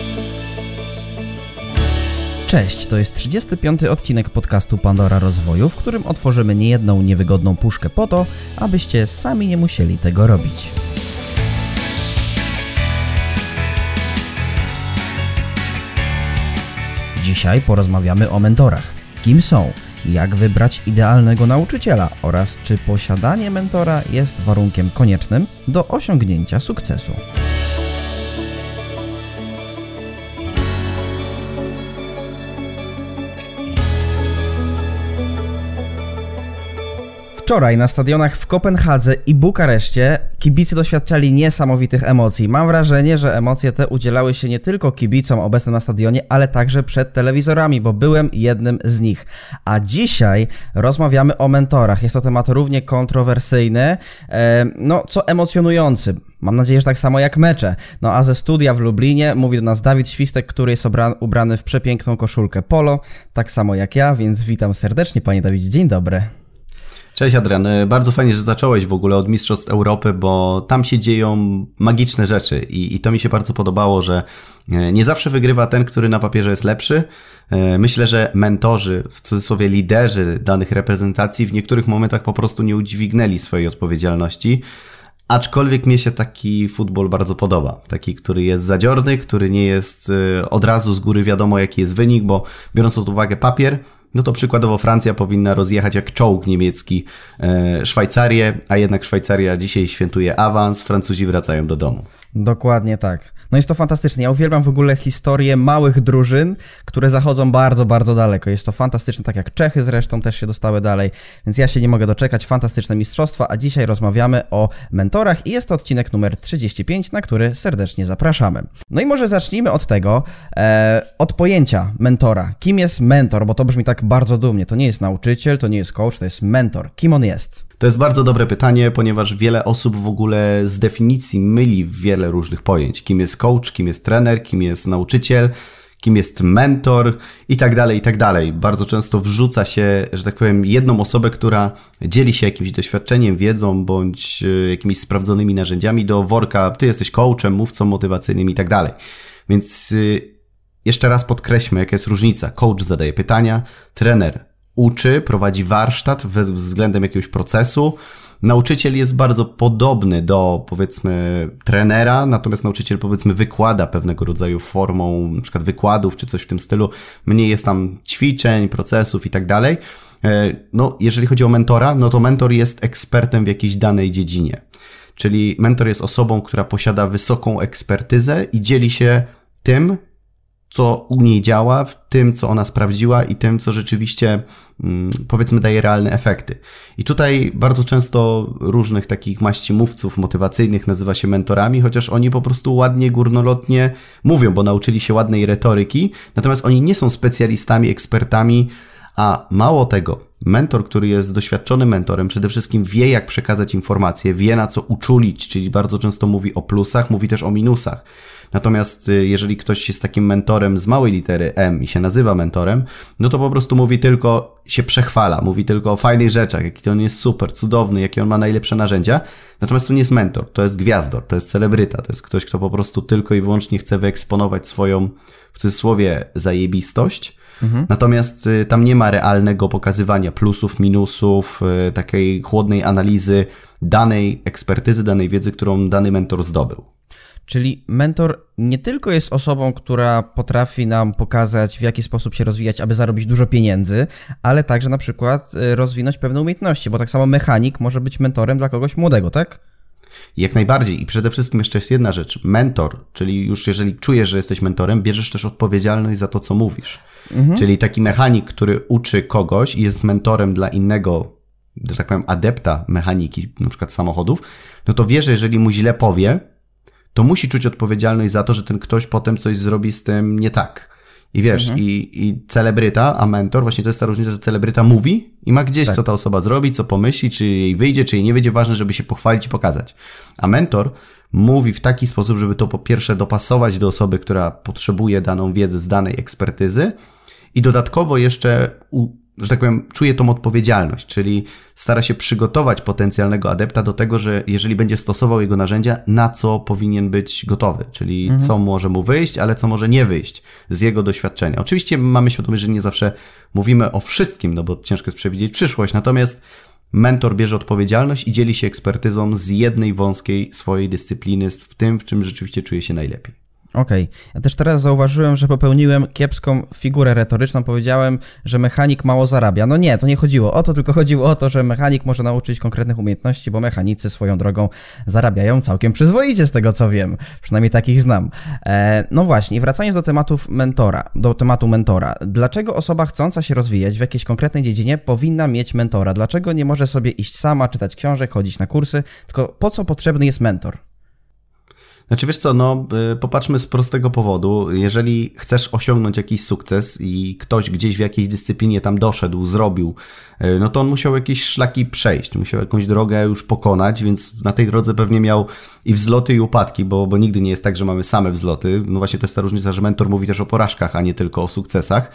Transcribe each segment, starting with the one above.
Cześć, to jest 35. odcinek podcastu Pandora Rozwoju, w którym otworzymy niejedną niewygodną puszkę po to, abyście sami nie musieli tego robić. Dzisiaj porozmawiamy o mentorach. Kim są? Jak wybrać idealnego nauczyciela? Oraz czy posiadanie mentora jest warunkiem koniecznym do osiągnięcia sukcesu? Wczoraj na stadionach w Kopenhadze i Bukareszcie kibice doświadczali niesamowitych emocji. Mam wrażenie, że emocje te udzielały się nie tylko kibicom obecnym na stadionie, ale także przed telewizorami, bo byłem jednym z nich. A dzisiaj rozmawiamy o mentorach. Jest to temat równie kontrowersyjny, co emocjonujący. Mam nadzieję, że tak samo jak mecze. A ze studia w Lublinie mówi do nas Dawid Świstek, który jest ubrany w przepiękną koszulkę polo, tak samo jak ja, więc witam serdecznie, panie Dawidzie. Dzień dobry. Cześć Adrian, bardzo fajnie, że zacząłeś w ogóle od Mistrzostw Europy, bo tam się dzieją magiczne rzeczy i to mi się bardzo podobało, że nie zawsze wygrywa ten, który na papierze jest lepszy. Myślę, że mentorzy, w cudzysłowie liderzy danych reprezentacji w niektórych momentach po prostu nie udźwignęli swojej odpowiedzialności. Aczkolwiek mnie się taki futbol bardzo podoba. Taki, który jest zadziorny, który nie jest od razu z góry wiadomo jaki jest wynik, bo biorąc pod uwagę papier, no to przykładowo Francja powinna rozjechać jak czołg niemiecki Szwajcarię, a jednak Szwajcaria dzisiaj świętuje awans, Francuzi wracają do domu. Dokładnie tak. Jest to fantastyczne. Ja uwielbiam w ogóle historię małych drużyn, które zachodzą bardzo, bardzo daleko. Jest to fantastyczne, tak jak Czechy zresztą też się dostały dalej, więc ja się nie mogę doczekać. Fantastyczne mistrzostwa, a dzisiaj rozmawiamy o mentorach i jest to odcinek numer 35, na który serdecznie zapraszamy. I może zacznijmy od tego, od pojęcia mentora. Kim jest mentor? Bo to brzmi tak bardzo dumnie. To nie jest nauczyciel, to nie jest coach, to jest mentor. Kim on jest? To jest bardzo dobre pytanie, ponieważ wiele osób w ogóle z definicji myli wiele różnych pojęć. Kim jest coach, kim jest trener, kim jest nauczyciel, kim jest mentor i tak dalej, i tak dalej. Bardzo często wrzuca się, że tak powiem, jedną osobę, która dzieli się jakimś doświadczeniem, wiedzą bądź jakimiś sprawdzonymi narzędziami do worka. Ty jesteś coachem, mówcą motywacyjnym i tak dalej. Więc jeszcze raz podkreślmy, jaka jest różnica. Coach zadaje pytania, trener uczy, prowadzi warsztat względem jakiegoś procesu. Nauczyciel jest bardzo podobny do, powiedzmy, trenera, natomiast nauczyciel, powiedzmy, wykłada pewnego rodzaju formą, na przykład wykładów czy coś w tym stylu. Mniej jest tam ćwiczeń, procesów i tak dalej. Jeżeli chodzi o mentora, to mentor jest ekspertem w jakiejś danej dziedzinie. Czyli mentor jest osobą, która posiada wysoką ekspertyzę i dzieli się tym, co u niej działa, w tym, co ona sprawdziła i tym, co rzeczywiście, powiedzmy, daje realne efekty. I tutaj bardzo często różnych takich maści mówców motywacyjnych nazywa się mentorami, chociaż oni po prostu ładnie, górnolotnie mówią, bo nauczyli się ładnej retoryki, natomiast oni nie są specjalistami, ekspertami, a mało tego, mentor, który jest doświadczonym mentorem, przede wszystkim wie, jak przekazać informacje, wie, na co uczulić, czyli bardzo często mówi o plusach, mówi też o minusach. Natomiast jeżeli ktoś jest takim mentorem z małej litery M i się nazywa mentorem, to po prostu mówi tylko, się przechwala, mówi tylko o fajnych rzeczach, jaki on jest super, cudowny, jakie on ma najlepsze narzędzia. Natomiast to nie jest mentor, to jest gwiazdor, to jest celebryta, to jest ktoś, kto po prostu tylko i wyłącznie chce wyeksponować swoją, w cudzysłowie, zajebistość. Natomiast tam nie ma realnego pokazywania plusów, minusów, takiej chłodnej analizy danej ekspertyzy, danej wiedzy, którą dany mentor zdobył. Czyli mentor nie tylko jest osobą, która potrafi nam pokazać, w jaki sposób się rozwijać, aby zarobić dużo pieniędzy, ale także na przykład rozwinąć pewne umiejętności, bo tak samo mechanik może być mentorem dla kogoś młodego, tak? Jak najbardziej. I przede wszystkim jeszcze jest jedna rzecz. Mentor, czyli już jeżeli czujesz, że jesteś mentorem, bierzesz też odpowiedzialność za to, co mówisz. Czyli taki mechanik, który uczy kogoś i jest mentorem dla innego, że tak powiem, adepta mechaniki, na przykład samochodów, to wie, że jeżeli mu źle powie, to musi czuć odpowiedzialność za to, że ten ktoś potem coś zrobi z tym nie tak. I wiesz, i celebryta, a mentor, właśnie to jest ta różnica, że celebryta mówi i ma gdzieś, co ta osoba zrobi, co pomyśli, czy jej wyjdzie, czy jej nie wyjdzie, ważne, żeby się pochwalić i pokazać. A mentor mówi w taki sposób, żeby to po pierwsze dopasować do osoby, która potrzebuje daną wiedzę z danej ekspertyzy i dodatkowo jeszcze że tak powiem, czuje tą odpowiedzialność, czyli stara się przygotować potencjalnego adepta do tego, że jeżeli będzie stosował jego narzędzia, na co powinien być gotowy, czyli co może mu wyjść, ale co może nie wyjść z jego doświadczenia. Oczywiście mamy świadomość, że nie zawsze mówimy o wszystkim, no bo ciężko jest przewidzieć przyszłość, natomiast mentor bierze odpowiedzialność i dzieli się ekspertyzą z jednej wąskiej swojej dyscypliny, w tym, w czym rzeczywiście czuje się najlepiej. Okej. Ja też teraz zauważyłem, że popełniłem kiepską figurę retoryczną. Powiedziałem, że mechanik mało zarabia. No nie, to nie chodziło o to, tylko chodziło o to, że mechanik może nauczyć konkretnych umiejętności, bo mechanicy swoją drogą zarabiają całkiem przyzwoicie z tego, co wiem. Przynajmniej takich znam. No właśnie, wracając do tematu mentora. Dlaczego osoba chcąca się rozwijać w jakiejś konkretnej dziedzinie powinna mieć mentora? Dlaczego nie może sobie iść sama, czytać książek, chodzić na kursy? Tylko po co potrzebny jest mentor? Znaczy wiesz co, no popatrzmy z prostego powodu. Jeżeli chcesz osiągnąć jakiś sukces i ktoś gdzieś w jakiejś dyscyplinie tam doszedł, zrobił, no to on musiał jakieś szlaki przejść, musiał jakąś drogę już pokonać, więc na tej drodze pewnie miał i wzloty i upadki, bo nigdy nie jest tak, że mamy same wzloty. No właśnie to jest ta różnica, że mentor mówi też o porażkach, a nie tylko o sukcesach.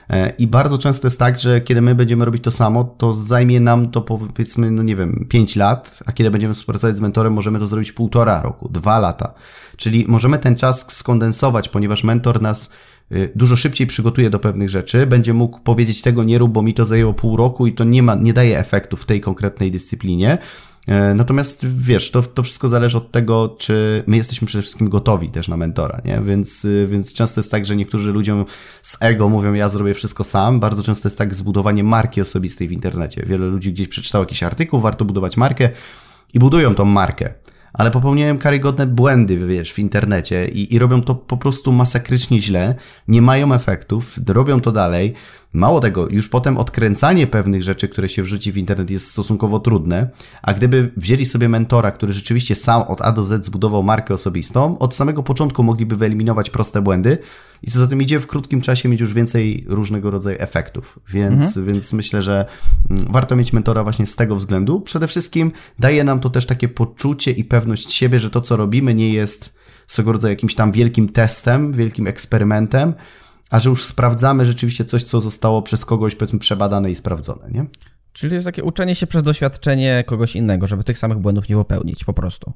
I bardzo często jest tak, że kiedy my będziemy robić to samo, to zajmie nam to powiedzmy, no nie wiem, 5 lat, a kiedy będziemy współpracować z mentorem, możemy to zrobić 1,5 roku, 2 lata. Czyli możemy ten czas skondensować, ponieważ mentor nas dużo szybciej przygotuje do pewnych rzeczy, będzie mógł powiedzieć tego nie rób, bo mi to zajęło pół roku i to nie daje efektu w tej konkretnej dyscyplinie. Natomiast wiesz, to wszystko zależy od tego, czy my jesteśmy przede wszystkim gotowi też na mentora, nie? Więc często jest tak, że niektórzy ludziom z ego mówią, ja zrobię wszystko sam. Bardzo często jest tak zbudowanie marki osobistej w internecie. Wiele ludzi gdzieś przeczytało jakiś artykuł, warto budować markę i budują tą markę. Ale popełniają karygodne błędy, wiesz, w internecie i robią to po prostu masakrycznie źle, nie mają efektów, robią to dalej. Mało tego, już potem odkręcanie pewnych rzeczy, które się wrzuci w internet jest stosunkowo trudne, a gdyby wzięli sobie mentora, który rzeczywiście sam od A do Z zbudował markę osobistą, od samego początku mogliby wyeliminować proste błędy i co za tym idzie, w krótkim czasie mieć już więcej różnego rodzaju efektów. Więc myślę, że warto mieć mentora właśnie z tego względu. Przede wszystkim daje nam to też takie poczucie i pewność siebie, że to, co robimy, nie jest swego rodzaju jakimś tam wielkim testem, wielkim eksperymentem, a że już sprawdzamy rzeczywiście coś, co zostało przez kogoś, powiedzmy, przebadane i sprawdzone, nie? Czyli to jest takie uczenie się przez doświadczenie kogoś innego, żeby tych samych błędów nie popełnić, po prostu.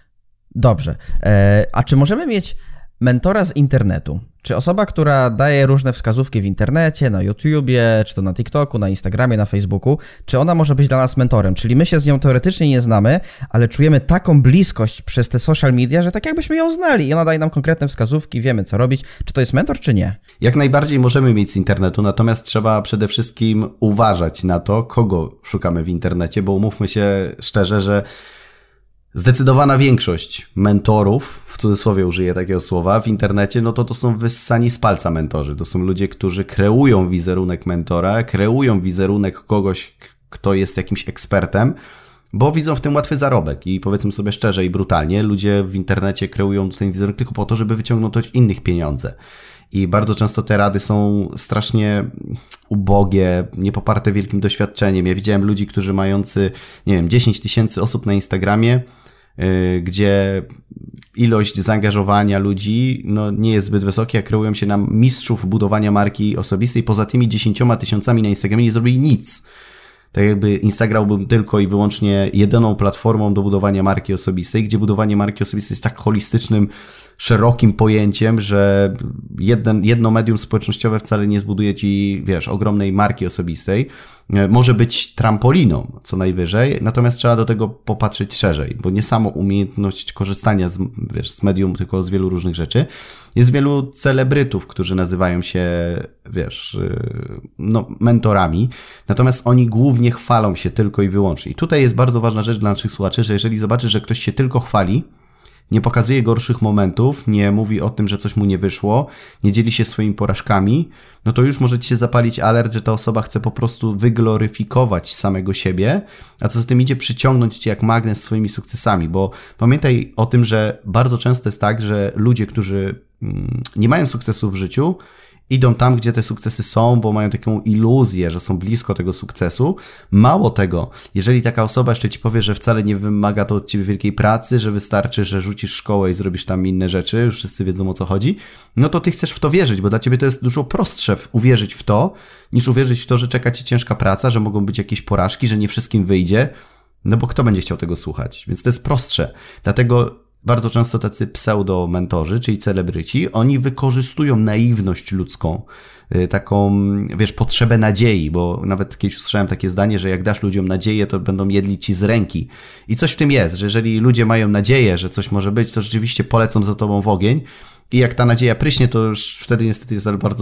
Dobrze. A czy możemy mieć mentora z internetu? Czy osoba, która daje różne wskazówki w internecie, na YouTubie, czy to na TikToku, na Instagramie, na Facebooku, czy ona może być dla nas mentorem? Czyli my się z nią teoretycznie nie znamy, ale czujemy taką bliskość przez te social media, że tak jakbyśmy ją znali i ona daje nam konkretne wskazówki, wiemy co robić. Czy to jest mentor, czy nie? Jak najbardziej możemy mieć z internetu, natomiast trzeba przede wszystkim uważać na to, kogo szukamy w internecie, bo umówmy się szczerze, że zdecydowana większość mentorów, w cudzysłowie użyję takiego słowa, w internecie, no to są wyssani z palca mentorzy. To są ludzie, którzy kreują wizerunek mentora, kreują wizerunek kogoś, kto jest jakimś ekspertem, bo widzą w tym łatwy zarobek i powiedzmy sobie szczerze i brutalnie, ludzie w internecie kreują ten wizerunek tylko po to, żeby wyciągnąć od innych pieniądze. I bardzo często te rady są strasznie ubogie, niepoparte wielkim doświadczeniem. Ja widziałem ludzi, którzy mający, nie wiem, 10 000 osób na Instagramie, gdzie ilość zaangażowania ludzi no, nie jest zbyt wysoka, kreują się na mistrzów budowania marki osobistej. Poza tymi 10 000 na Instagramie nie zrobili nic. Tak jakby Instagram był tylko i wyłącznie jedyną platformą do budowania marki osobistej, gdzie budowanie marki osobistej jest tak holistycznym, szerokim pojęciem, że jedno medium społecznościowe wcale nie zbuduje ci, wiesz, ogromnej marki osobistej. Może być trampoliną, co najwyżej, natomiast trzeba do tego popatrzeć szerzej, bo nie samo umiejętność korzystania z medium, tylko z wielu różnych rzeczy. Jest wielu celebrytów, którzy nazywają się, wiesz, no, mentorami, natomiast oni głównie chwalą się tylko i wyłącznie. I tutaj jest bardzo ważna rzecz dla naszych słuchaczy, że jeżeli zobaczysz, że ktoś się tylko chwali, nie pokazuje gorszych momentów, nie mówi o tym, że coś mu nie wyszło, nie dzieli się swoimi porażkami, no to już może ci się zapalić alert, że ta osoba chce po prostu wygloryfikować samego siebie, a co za tym idzie, przyciągnąć cię jak magnes swoimi sukcesami, bo pamiętaj o tym, że bardzo często jest tak, że ludzie, którzy nie mają sukcesu w życiu idą tam, gdzie te sukcesy są, bo mają taką iluzję, że są blisko tego sukcesu. Mało tego, jeżeli taka osoba jeszcze ci powie, że wcale nie wymaga to od ciebie wielkiej pracy, że wystarczy, że rzucisz szkołę i zrobisz tam inne rzeczy, już wszyscy wiedzą, o co chodzi, no to ty chcesz w to wierzyć, bo dla ciebie to jest dużo prostsze uwierzyć w to, niż uwierzyć w to, że czeka ci ciężka praca, że mogą być jakieś porażki, że nie wszystkim wyjdzie, no bo kto będzie chciał tego słuchać? Więc to jest prostsze. Dlatego bardzo często tacy pseudo-mentorzy, czyli celebryci, oni wykorzystują naiwność ludzką, taką, wiesz, potrzebę nadziei, bo nawet kiedyś usłyszałem takie zdanie, że jak dasz ludziom nadzieję, to będą jedli ci z ręki. I coś w tym jest, że jeżeli ludzie mają nadzieję, że coś może być, to rzeczywiście polecą za tobą w ogień. I jak ta nadzieja pryśnie, to już wtedy niestety jest bardzo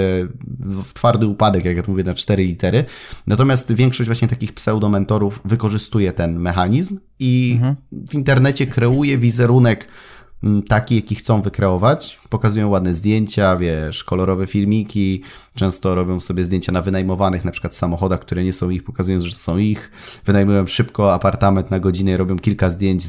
twardy upadek, jak ja to mówię, na 4 litery. Natomiast większość właśnie takich pseudomentorów wykorzystuje ten mechanizm i w internecie kreuje wizerunek taki, jaki chcą wykreować. Pokazują ładne zdjęcia, wiesz, kolorowe filmiki, często robią sobie zdjęcia na wynajmowanych na przykład samochodach, które nie są ich, pokazując, że to są ich. Wynajmują szybko apartament na godzinę i robią kilka zdjęć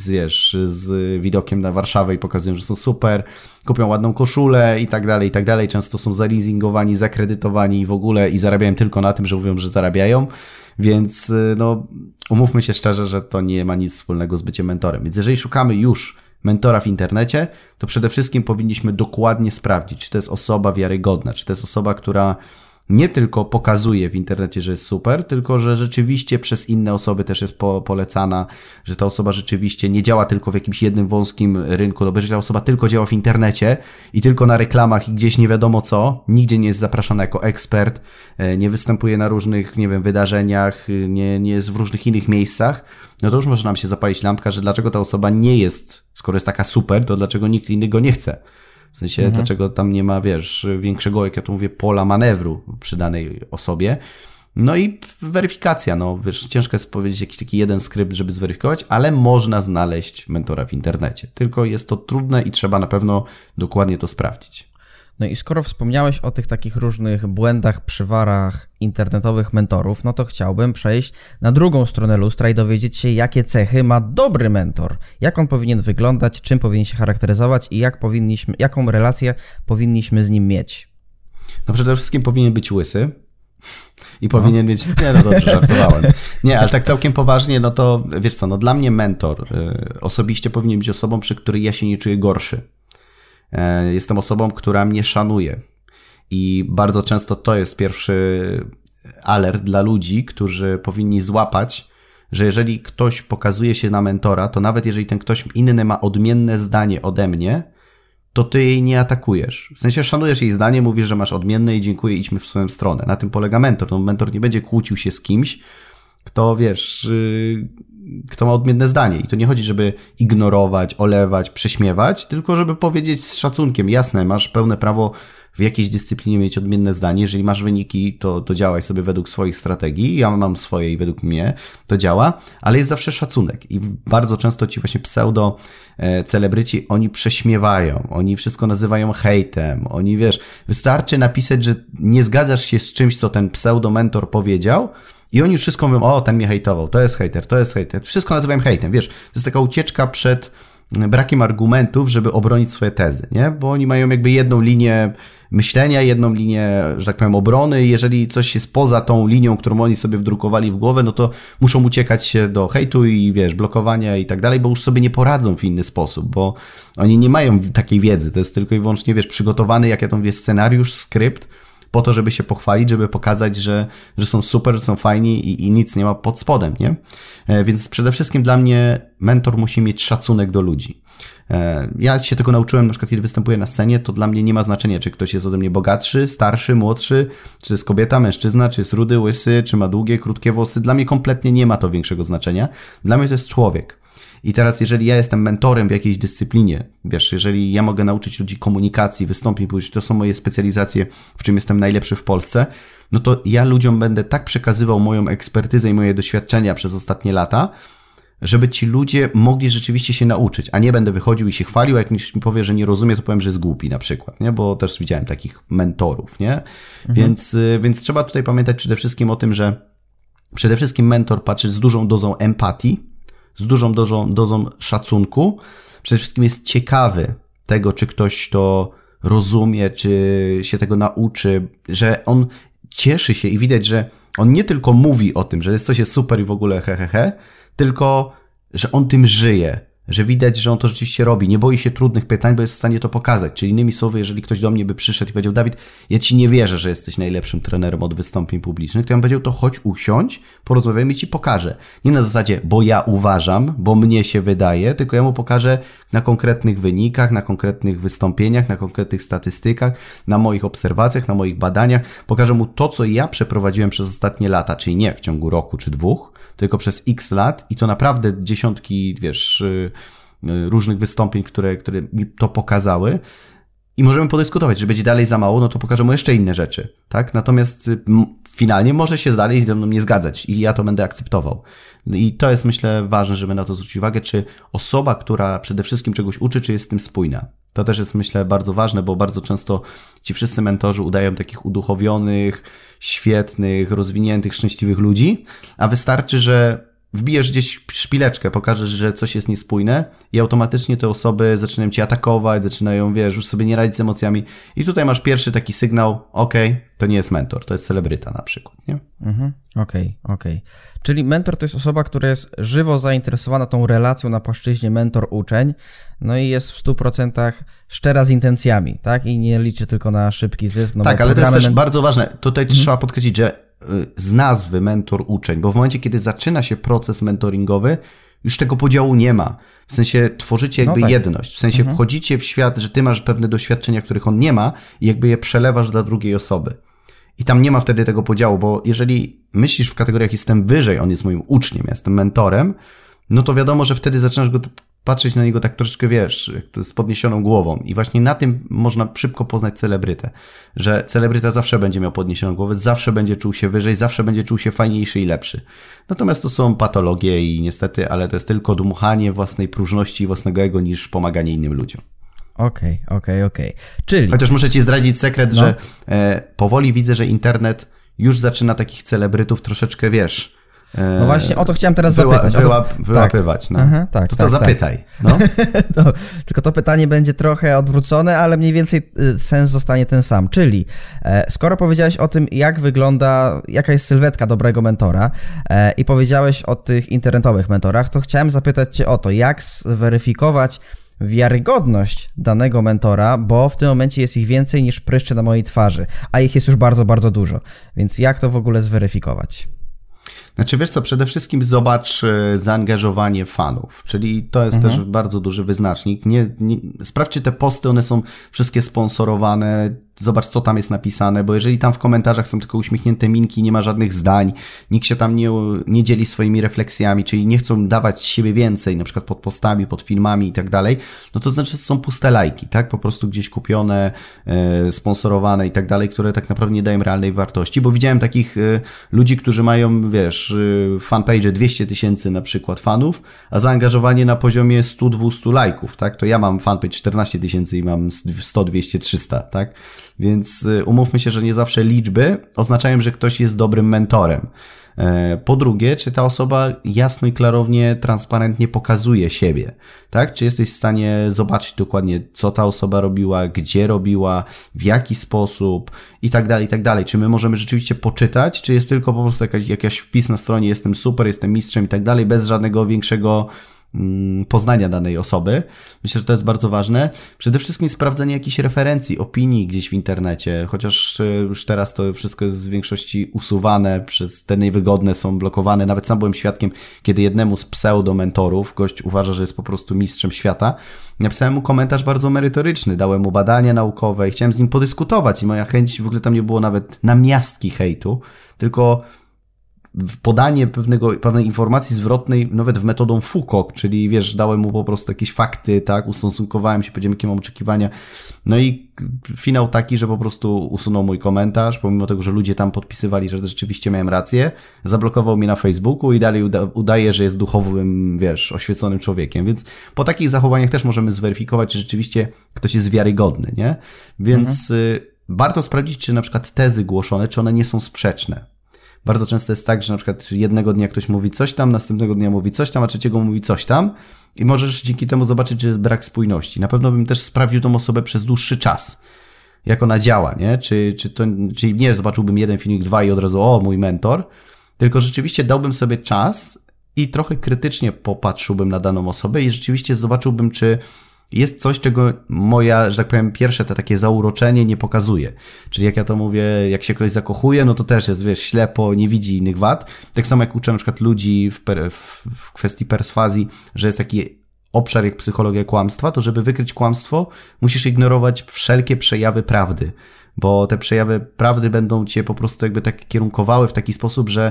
z widokiem na Warszawę i pokazują, że są super. Kupią ładną koszulę i tak dalej, i tak dalej. Często są zaleasingowani, zakredytowani i w ogóle i zarabiają tylko na tym, że mówią, że zarabiają. Więc no, umówmy się szczerze, że to nie ma nic wspólnego z byciem mentorem. Więc jeżeli szukamy już mentora w internecie, to przede wszystkim powinniśmy dokładnie sprawdzić, czy to jest osoba wiarygodna, czy to jest osoba, która nie tylko pokazuje w internecie, że jest super, tylko że rzeczywiście przez inne osoby też jest polecana, że ta osoba rzeczywiście nie działa tylko w jakimś jednym wąskim rynku, no bo jeżeli ta osoba tylko działa w internecie i tylko na reklamach i gdzieś nie wiadomo co, nigdzie nie jest zapraszana jako ekspert, nie występuje na różnych, nie wiem, wydarzeniach, nie jest w różnych innych miejscach, no to już może nam się zapalić lampka, że dlaczego ta osoba nie jest, skoro jest taka super, to dlaczego nikt inny go nie chce. W sensie, dlaczego tam nie ma, wiesz, większego, jak ja to mówię, pola manewru przy danej osobie. No i weryfikacja, no wiesz, ciężko jest powiedzieć jakiś taki jeden skrypt, żeby zweryfikować, ale można znaleźć mentora w internecie. Tylko jest to trudne i trzeba na pewno dokładnie to sprawdzić. No i skoro wspomniałeś o tych takich różnych błędach, przywarach internetowych mentorów, no to chciałbym przejść na drugą stronę lustra i dowiedzieć się, jakie cechy ma dobry mentor. Jak on powinien wyglądać, czym powinien się charakteryzować i jaką relację powinniśmy z nim mieć. No przede wszystkim powinien być łysy i powinien mieć... Nie, no dobrze, żartowałem. Nie, ale tak całkiem poważnie, no to wiesz co, no dla mnie mentor osobiście powinien być osobą, przy której ja się nie czuję gorszy. Jestem osobą, która mnie szanuje i bardzo często to jest pierwszy alert dla ludzi, którzy powinni złapać, że jeżeli ktoś pokazuje się na mentora, to nawet jeżeli ten ktoś inny ma odmienne zdanie ode mnie, to ty jej nie atakujesz. W sensie szanujesz jej zdanie, mówisz, że masz odmienne i dziękuję, idźmy w swoją stronę. Na tym polega mentor. No, mentor nie będzie kłócił się z kimś, kto, wiesz, kto ma odmienne zdanie. I to nie chodzi, żeby ignorować, olewać, prześmiewać, tylko żeby powiedzieć z szacunkiem. Jasne, masz pełne prawo w jakiejś dyscyplinie mieć odmienne zdanie. Jeżeli masz wyniki, to działaj sobie według swoich strategii. Ja mam swoje i według mnie to działa, ale jest zawsze szacunek. I bardzo często ci właśnie pseudo-celebryci, oni prześmiewają, oni wszystko nazywają hejtem. Oni, wiesz, wystarczy napisać, że nie zgadzasz się z czymś, co ten pseudo-mentor powiedział, i oni wszystko mówią, o, ten mnie hejtował, to jest hejter, to jest hejter. Wszystko nazywają hejtem, wiesz, to jest taka ucieczka przed brakiem argumentów, żeby obronić swoje tezy, nie? Bo oni mają jakby jedną linię myślenia, jedną linię, że tak powiem, obrony i jeżeli coś jest poza tą linią, którą oni sobie wdrukowali w głowę, no to muszą uciekać się do hejtu i, wiesz, blokowania i tak dalej, bo już sobie nie poradzą w inny sposób, bo oni nie mają takiej wiedzy, to jest tylko i wyłącznie, wiesz, przygotowany, jak ja to mówię, scenariusz, skrypt, po to, żeby się pochwalić, żeby pokazać, że są super, że są fajni i nic nie ma pod spodem, nie? Więc przede wszystkim dla mnie mentor musi mieć szacunek do ludzi. Ja się tego nauczyłem, na przykład kiedy występuję na scenie, to dla mnie nie ma znaczenia, czy ktoś jest ode mnie bogatszy, starszy, młodszy, czy jest kobieta, mężczyzna, czy jest rudy, łysy, czy ma długie, krótkie włosy. Dla mnie kompletnie nie ma to większego znaczenia. Dla mnie to jest człowiek. I teraz, jeżeli ja jestem mentorem w jakiejś dyscyplinie, wiesz, jeżeli ja mogę nauczyć ludzi komunikacji, wystąpień publicznych, to są moje specjalizacje, w czym jestem najlepszy w Polsce, no to ja ludziom będę tak przekazywał moją ekspertyzę i moje doświadczenia przez ostatnie lata, żeby ci ludzie mogli rzeczywiście się nauczyć, a nie będę wychodził i się chwalił, jak ktoś mi powie, że nie rozumie, to powiem, że jest głupi na przykład, nie? Bo też widziałem takich mentorów, nie? Więc trzeba tutaj pamiętać przede wszystkim o tym, że przede wszystkim mentor patrzy z dużą dozą empatii, z dużą dozą szacunku. Przede wszystkim jest ciekawy tego, czy ktoś to rozumie, czy się tego nauczy, że on cieszy się i widać, że on nie tylko mówi o tym, że coś jest super i w ogóle tylko że on tym żyje, że widać, że on to rzeczywiście robi, nie boi się trudnych pytań, bo jest w stanie to pokazać. Czyli innymi słowy, jeżeli ktoś do mnie by przyszedł i powiedział: Dawid, ja ci nie wierzę, że jesteś najlepszym trenerem od wystąpień publicznych, to ja bym powiedział: to chodź usiądź, porozmawiajmy i ci pokażę. Nie na zasadzie, bo ja uważam, bo mnie się wydaje, tylko ja mu pokażę na konkretnych wynikach, na konkretnych wystąpieniach, na konkretnych statystykach, na moich obserwacjach, na moich badaniach. Pokażę mu to, co ja przeprowadziłem przez ostatnie lata, czyli nie w ciągu roku czy 2, tylko przez x lat i to naprawdę dziesiątki, różnych wystąpień, które mi to pokazały. I możemy podyskutować, że będzie dalej za mało, no to pokażę mu jeszcze inne rzeczy, tak? Natomiast finalnie może się dalej ze mną nie zgadzać i ja to będę akceptował. I to jest, myślę, ważne, żeby na to zwrócić uwagę, czy osoba, która przede wszystkim czegoś uczy, czy jest z tym spójna. To też jest, myślę, bardzo ważne, bo bardzo często ci wszyscy mentorzy udają takich uduchowionych, świetnych, rozwiniętych, szczęśliwych ludzi, a wystarczy, że wbijesz gdzieś szpileczkę, pokażesz, że coś jest niespójne i automatycznie te osoby zaczynają cię atakować, zaczynają, już sobie nie radzić z emocjami i tutaj masz pierwszy taki sygnał: to nie jest mentor, to jest celebryta na przykład, nie? Okej. Czyli mentor to jest osoba, która jest żywo zainteresowana tą relacją na płaszczyźnie mentor-uczeń, no i jest w 100% szczera z intencjami, tak? I nie liczy tylko na szybki zysk. No tak, ale to jest też bardzo ważne. Tutaj trzeba podkreślić, że z nazwy mentor-uczeń, bo w momencie, kiedy zaczyna się proces mentoringowy, już tego podziału nie ma. W sensie tworzycie jedność. W sensie wchodzicie w świat, że ty masz pewne doświadczenia, których on nie ma i jakby je przelewasz dla drugiej osoby. I tam nie ma wtedy tego podziału, bo jeżeli myślisz w kategoriach jestem wyżej, on jest moim uczniem, ja jestem mentorem, no to wiadomo, że wtedy zaczynasz go patrzeć na niego tak troszeczkę, z podniesioną głową. I właśnie na tym można szybko poznać celebrytę, że celebryta zawsze będzie miał podniesioną głowę, zawsze będzie czuł się wyżej, zawsze będzie czuł się fajniejszy i lepszy. Natomiast to są patologie i niestety, ale to jest tylko dmuchanie własnej próżności i własnego ego niż pomaganie innym ludziom. Okej. Czyli... Chociaż muszę ci zdradzić sekret, że powoli widzę, że internet już zaczyna takich celebrytów troszeczkę, no właśnie o to chciałem teraz zapytać. Wyłapywać. No. Aha, to zapytaj. No. Tylko to pytanie będzie trochę odwrócone, ale mniej więcej sens zostanie ten sam. Czyli skoro powiedziałeś o tym, jaka jest sylwetka dobrego mentora i powiedziałeś o tych internetowych mentorach, to chciałem zapytać cię o to, jak zweryfikować wiarygodność danego mentora, bo w tym momencie jest ich więcej niż pryszcze na mojej twarzy, a ich jest już bardzo, bardzo dużo. Więc jak to w ogóle zweryfikować? Znaczy, wiesz co, przede wszystkim zobacz zaangażowanie fanów, czyli to jest też bardzo duży wyznacznik. Sprawdź, czy te posty, one są wszystkie sponsorowane, zobacz, co tam jest napisane, bo jeżeli tam w komentarzach są tylko uśmiechnięte minki, nie ma żadnych zdań, nikt się tam nie dzieli swoimi refleksjami, czyli nie chcą dawać z siebie więcej, na przykład pod postami, pod filmami i tak dalej, no to znaczy, że to są puste lajki, tak? Po prostu gdzieś kupione, sponsorowane i tak dalej, które tak naprawdę nie dają realnej wartości, bo widziałem takich ludzi, którzy mają, fanpage 200 000 na przykład fanów, a zaangażowanie na poziomie 100-200 lajków, tak? To ja mam fanpage 14 000 i mam 100, 200, 300, tak? Więc umówmy się, że nie zawsze liczby oznaczają, że ktoś jest dobrym mentorem. Po drugie, czy ta osoba jasno i klarownie, transparentnie pokazuje siebie, tak? Czy jesteś w stanie zobaczyć dokładnie, co ta osoba robiła, gdzie robiła, w jaki sposób i tak dalej, i tak dalej. Czy my możemy rzeczywiście poczytać, czy jest tylko po prostu jakiś wpis na stronie, jestem super, jestem mistrzem i tak dalej, bez żadnego większego poznania danej osoby. Myślę, że to jest bardzo ważne. Przede wszystkim sprawdzenie jakichś referencji, opinii gdzieś w internecie, chociaż już teraz to wszystko jest w większości usuwane, przez te niewygodne są blokowane. Nawet sam byłem świadkiem, kiedy jednemu z pseudo-mentorów, gość uważa, że jest po prostu mistrzem świata, napisałem mu komentarz bardzo merytoryczny, dałem mu badania naukowe i chciałem z nim podyskutować i moja chęć, w ogóle tam nie było nawet namiastki hejtu, tylko podanie pewnej informacji zwrotnej nawet metodą Foucault, czyli dałem mu po prostu jakieś fakty, tak, ustosunkowałem się, powiedziałem, jakie mam oczekiwania, no i finał taki, że po prostu usunął mój komentarz, pomimo tego, że ludzie tam podpisywali, że rzeczywiście miałem rację, zablokował mnie na Facebooku i dalej udaje, że jest duchowym, oświeconym człowiekiem, więc po takich zachowaniach też możemy zweryfikować, czy rzeczywiście ktoś jest wiarygodny, nie? Więc warto sprawdzić, czy na przykład tezy głoszone, czy one nie są sprzeczne. bardzo często jest tak, że na przykład jednego dnia ktoś mówi coś tam, następnego dnia mówi coś tam, a trzeciego mówi coś tam i możesz dzięki temu zobaczyć, że jest brak spójności. Na pewno bym też sprawdził tą osobę przez dłuższy czas, jak ona działa, nie? Czyli nie zobaczyłbym jeden filmik, dwa i od razu, o, mój mentor, tylko rzeczywiście dałbym sobie czas i trochę krytycznie popatrzyłbym na daną osobę i rzeczywiście zobaczyłbym, czy jest coś, czego moja, że tak powiem, pierwsze to takie zauroczenie nie pokazuje. Czyli jak ja to mówię, jak się ktoś zakochuje, no to też jest, wiesz, ślepo, nie widzi innych wad. Tak samo jak uczę na przykład ludzi w kwestii perswazji, że jest taki obszar jak psychologia kłamstwa, to żeby wykryć kłamstwo, musisz ignorować wszelkie przejawy prawdy, bo te przejawy prawdy będą cię po prostu jakby tak kierunkowały w taki sposób, że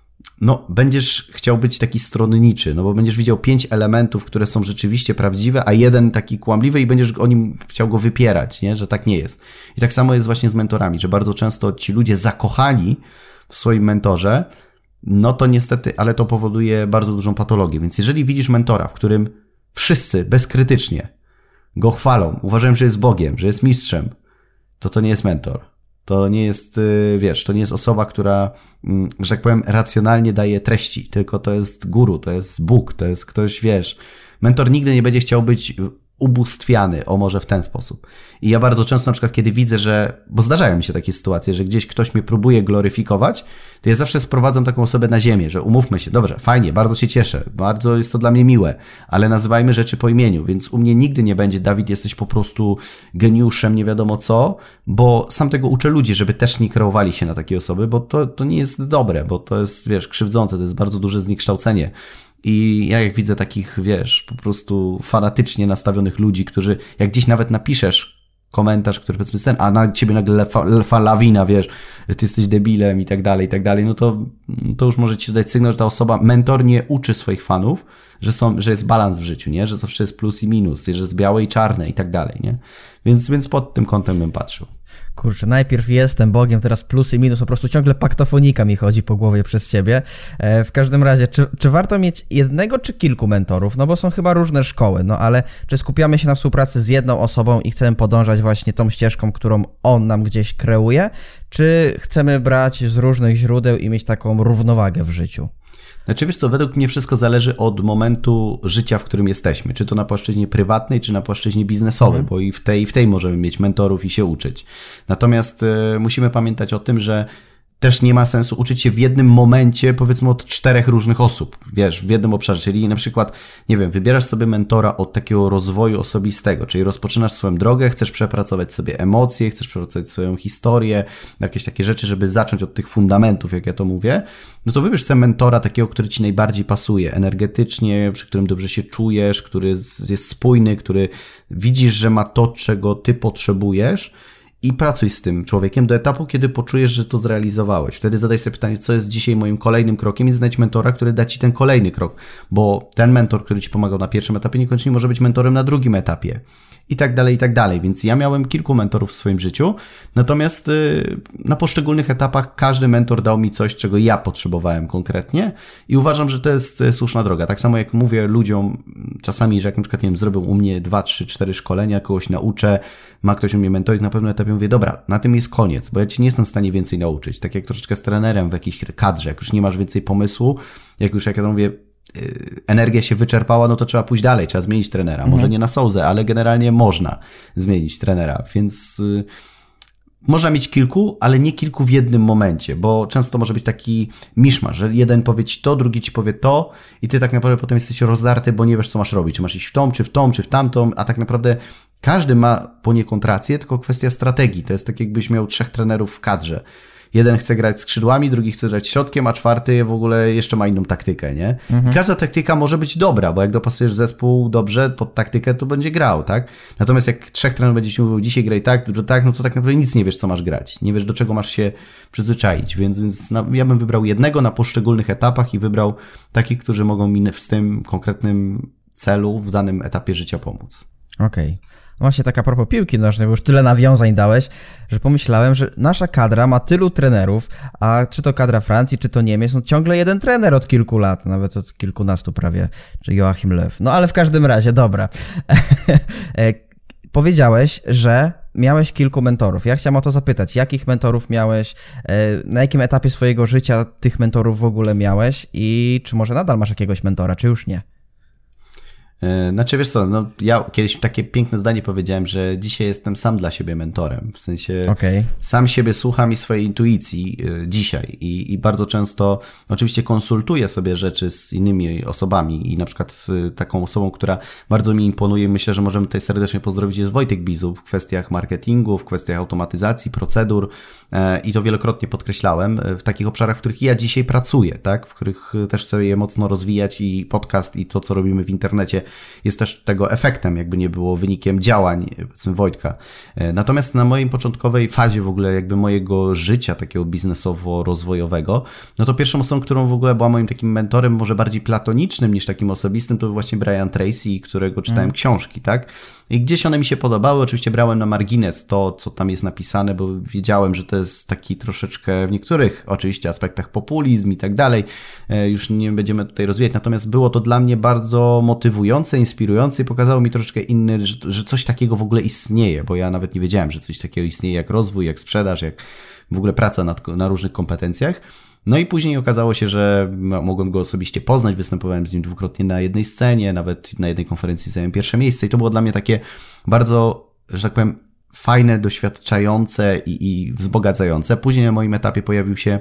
no, będziesz chciał być taki stronniczy, no bo będziesz widział 5 elementów, które są rzeczywiście prawdziwe, a jeden taki kłamliwy i będziesz o nim chciał go wypierać, nie? Że tak nie jest. I tak samo jest właśnie z mentorami, że bardzo często ci ludzie zakochani w swoim mentorze, no to niestety, ale to powoduje bardzo dużą patologię. Więc jeżeli widzisz mentora, w którym wszyscy bezkrytycznie go chwalą, uważają, że jest Bogiem, że jest mistrzem, to nie jest mentor. To nie jest, wiesz, to nie jest osoba, która, że tak powiem, racjonalnie daje treści, tylko to jest guru, to jest Bóg, to jest ktoś, wiesz. Mentor nigdy nie będzie chciał być ubóstwiany, o może w ten sposób. I ja bardzo często na przykład, kiedy widzę, bo zdarzają mi się takie sytuacje, że gdzieś ktoś mnie próbuje gloryfikować, to ja zawsze sprowadzam taką osobę na ziemię, że umówmy się, dobrze, fajnie, bardzo się cieszę, bardzo jest to dla mnie miłe, ale nazywajmy rzeczy po imieniu, więc u mnie nigdy nie będzie, Dawid, jesteś po prostu geniuszem, nie wiadomo co, bo sam tego uczę ludzi, żeby też nie kreowali się na takie osoby, bo to nie jest dobre, bo to jest, wiesz, krzywdzące, to jest bardzo duże zniekształcenie. I ja jak widzę takich, wiesz, po prostu fanatycznie nastawionych ludzi, którzy, jak gdzieś nawet napiszesz komentarz, który powiedzmy ten, a na ciebie nagle lawina, wiesz, że ty jesteś debilem i tak dalej, no to już może ci dać sygnał, że ta osoba, mentor nie uczy swoich fanów, że jest balans w życiu, nie? Że zawsze jest plus i minus, że jest białe i czarne i tak dalej, nie? Więc pod tym kątem bym patrzył. Kurczę, najpierw jestem Bogiem, teraz plus i minus, po prostu ciągle paktofonika mi chodzi po głowie przez ciebie. W każdym razie, czy warto mieć jednego czy kilku mentorów? No bo są chyba różne szkoły, no ale czy skupiamy się na współpracy z jedną osobą i chcemy podążać właśnie tą ścieżką, którą on nam gdzieś kreuje, czy chcemy brać z różnych źródeł i mieć taką równowagę w życiu? Znaczy, wiesz co, według mnie wszystko zależy od momentu życia, w którym jesteśmy. Czy to na płaszczyźnie prywatnej, czy na płaszczyźnie biznesowej, bo i w tej możemy mieć mentorów i się uczyć. Natomiast musimy pamiętać o tym, że też nie ma sensu uczyć się w jednym momencie, powiedzmy, od 4 różnych osób, wiesz, w jednym obszarze, czyli na przykład, nie wiem, wybierasz sobie mentora od takiego rozwoju osobistego, czyli rozpoczynasz swoją drogę, chcesz przepracować sobie emocje, chcesz przepracować swoją historię, jakieś takie rzeczy, żeby zacząć od tych fundamentów, jak ja to mówię, no to wybierz sobie mentora takiego, który ci najbardziej pasuje energetycznie, przy którym dobrze się czujesz, który jest spójny, który widzisz, że ma to, czego ty potrzebujesz, i pracuj z tym człowiekiem do etapu, kiedy poczujesz, że to zrealizowałeś. Wtedy zadaj sobie pytanie, co jest dzisiaj moim kolejnym krokiem i znajdź mentora, który da ci ten kolejny krok, bo ten mentor, który ci pomagał na pierwszym etapie, niekoniecznie może być mentorem na drugim etapie. I tak dalej, i tak dalej. Więc ja miałem kilku mentorów w swoim życiu, natomiast na poszczególnych etapach każdy mentor dał mi coś, czego ja potrzebowałem konkretnie i uważam, że to jest słuszna droga. Tak samo jak mówię ludziom czasami, że jak na przykład, nie wiem, zrobią u mnie 2, 3, 4 szkolenia, kogoś nauczę, ma ktoś u mnie mentoring, na pewnym etapie mówię, dobra, na tym jest koniec, bo ja ci nie jestem w stanie więcej nauczyć. Tak jak troszeczkę z trenerem w jakiejś kadrze, jak już nie masz więcej pomysłu, jak ja to mówię, energia się wyczerpała, no to trzeba pójść dalej, trzeba zmienić trenera. Może nie na Souzę, ale generalnie można zmienić trenera, więc można mieć kilku, ale nie kilku w jednym momencie, bo często może być taki miszmasz, że jeden powie ci to, drugi ci powie to i ty tak naprawdę potem jesteś rozdarty, bo nie wiesz, co masz robić, czy masz iść w tą, czy w tą, czy w tamtą, a tak naprawdę każdy ma poniekąd rację, tylko kwestia strategii. To jest tak, jakbyś miał 3 trenerów w kadrze. Jeden chce grać skrzydłami, drugi chce grać środkiem, a 4 w ogóle jeszcze ma inną taktykę, nie? I każda taktyka może być dobra, bo jak dopasujesz zespół dobrze pod taktykę, to będzie grał, tak? Natomiast jak 3 trenerów będzie ci mówił, dzisiaj graj tak, dobrze tak, no to tak naprawdę nic nie wiesz, co masz grać. Nie wiesz, do czego masz się przyzwyczaić, więc ja bym wybrał jednego na poszczególnych etapach i wybrał takich, którzy mogą mi w tym konkretnym celu w danym etapie życia pomóc. Okej. Właśnie tak a propos piłki nożnej, bo już tyle nawiązań dałeś, że pomyślałem, że nasza kadra ma tylu trenerów, a czy to kadra Francji, czy to Niemiec, no ciągle jeden trener od kilku lat, nawet od kilkunastu prawie, czy Joachim Löw. No ale w każdym razie, dobra. Powiedziałeś, że miałeś kilku mentorów. Ja chciałem o to zapytać, jakich mentorów miałeś, na jakim etapie swojego życia tych mentorów w ogóle miałeś i czy może nadal masz jakiegoś mentora, czy już nie? Znaczy wiesz co, no ja kiedyś takie piękne zdanie powiedziałem, że dzisiaj jestem sam dla siebie mentorem, w sensie sam siebie słucham i swojej intuicji dzisiaj i bardzo często oczywiście konsultuję sobie rzeczy z innymi osobami i na przykład taką osobą, która bardzo mi imponuje, myślę, że możemy tutaj serdecznie pozdrowić, jest Wojtek Bizub w kwestiach marketingu, w kwestiach automatyzacji, procedur i to wielokrotnie podkreślałem, w takich obszarach, w których ja dzisiaj pracuję, tak, w których też chcę je mocno rozwijać i podcast i to, co robimy w internecie jest też tego efektem, jakby nie było wynikiem działań, powiedzmy, Wojtka. Natomiast na mojej początkowej fazie w ogóle jakby mojego życia takiego biznesowo-rozwojowego, no to pierwszą osobą, którą w ogóle była moim takim mentorem, może bardziej platonicznym niż takim osobistym, to był właśnie Brian Tracy, którego czytałem książki, tak? I gdzieś one mi się podobały, oczywiście brałem na margines to, co tam jest napisane, bo wiedziałem, że to jest taki troszeczkę w niektórych oczywiście aspektach populizm i tak dalej, już nie będziemy tutaj rozwijać, natomiast było to dla mnie bardzo motywujące, inspirujące i pokazało mi troszeczkę inny, że coś takiego w ogóle istnieje, bo ja nawet nie wiedziałem, że coś takiego istnieje jak rozwój, jak sprzedaż, jak w ogóle praca na różnych kompetencjach. No i później okazało się, że mogłem go osobiście poznać, występowałem z nim dwukrotnie na jednej scenie, nawet na jednej konferencji zająłem pierwsze miejsce i to było dla mnie takie bardzo, że tak powiem, fajne, doświadczające i wzbogacające. Później na moim etapie pojawił się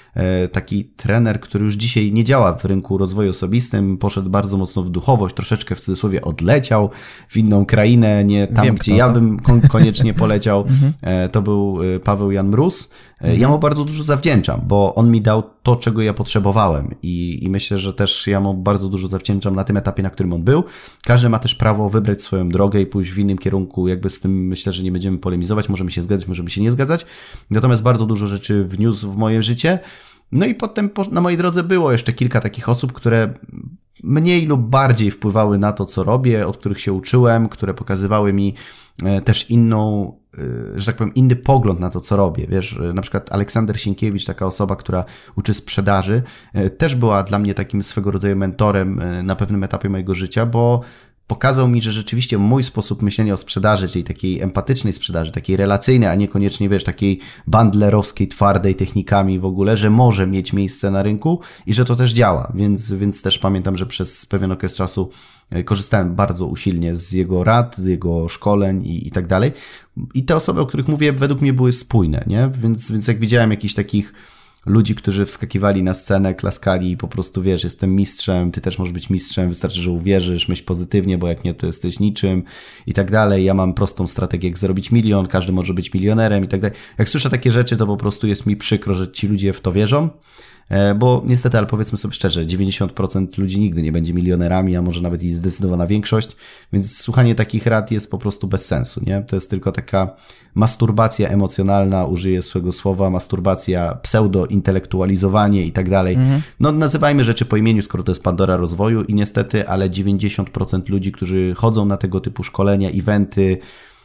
taki trener, który już dzisiaj nie działa w rynku rozwoju osobistym, poszedł bardzo mocno w duchowość, troszeczkę w cudzysłowie odleciał w inną krainę, nie tam, gdzie ja bym koniecznie poleciał. To był Paweł Jan Mróz. Ja mu bardzo dużo zawdzięczam, bo on mi dał to, czego ja potrzebowałem i myślę, że też ja mu bardzo dużo zawdzięczam na tym etapie, na którym on był. Każdy ma też prawo wybrać swoją drogę i pójść w innym kierunku, jakby z tym myślę, że nie będziemy polemizować, możemy się zgadzać, możemy się nie zgadzać. Natomiast bardzo dużo rzeczy wniósł w moje życie. No i potem na mojej drodze było jeszcze kilka takich osób, które mniej lub bardziej wpływały na to, co robię, od których się uczyłem, które pokazywały mi też inną, że tak powiem, inny pogląd na to, co robię. Wiesz, na przykład Aleksander Sienkiewicz, taka osoba, która uczy sprzedaży, też była dla mnie takim swego rodzaju mentorem na pewnym etapie mojego życia, bo pokazał mi, że rzeczywiście mój sposób myślenia o sprzedaży, czyli takiej empatycznej sprzedaży, takiej relacyjnej, a niekoniecznie, wiesz, takiej bandlerowskiej, twardej technikami w ogóle, że może mieć miejsce na rynku i że to też działa. Więc też pamiętam, że przez pewien okres czasu korzystałem bardzo usilnie z jego rad, z jego szkoleń i tak dalej. I te osoby, o których mówię, według mnie były spójne, nie? Więc jak widziałem jakichś takich ludzi, którzy wskakiwali na scenę, klaskali i po prostu, wiesz, jestem mistrzem, ty też możesz być mistrzem, wystarczy, że uwierzysz, myśl pozytywnie, bo jak nie, to jesteś niczym i tak dalej. Ja mam prostą strategię, jak zarobić milion, każdy może być milionerem i tak dalej. Jak słyszę takie rzeczy, to po prostu jest mi przykro, że ci ludzie w to wierzą, bo niestety, ale powiedzmy sobie szczerze, 90% ludzi nigdy nie będzie milionerami, a może nawet i zdecydowana większość, więc słuchanie takich rad jest po prostu bez sensu, nie? To jest tylko taka masturbacja emocjonalna, użyję swojego słowa, masturbacja, pseudo-intelektualizowanie i tak dalej. No nazywajmy rzeczy po imieniu, skoro to jest Pandora rozwoju i niestety, ale 90% ludzi, którzy chodzą na tego typu szkolenia, eventy,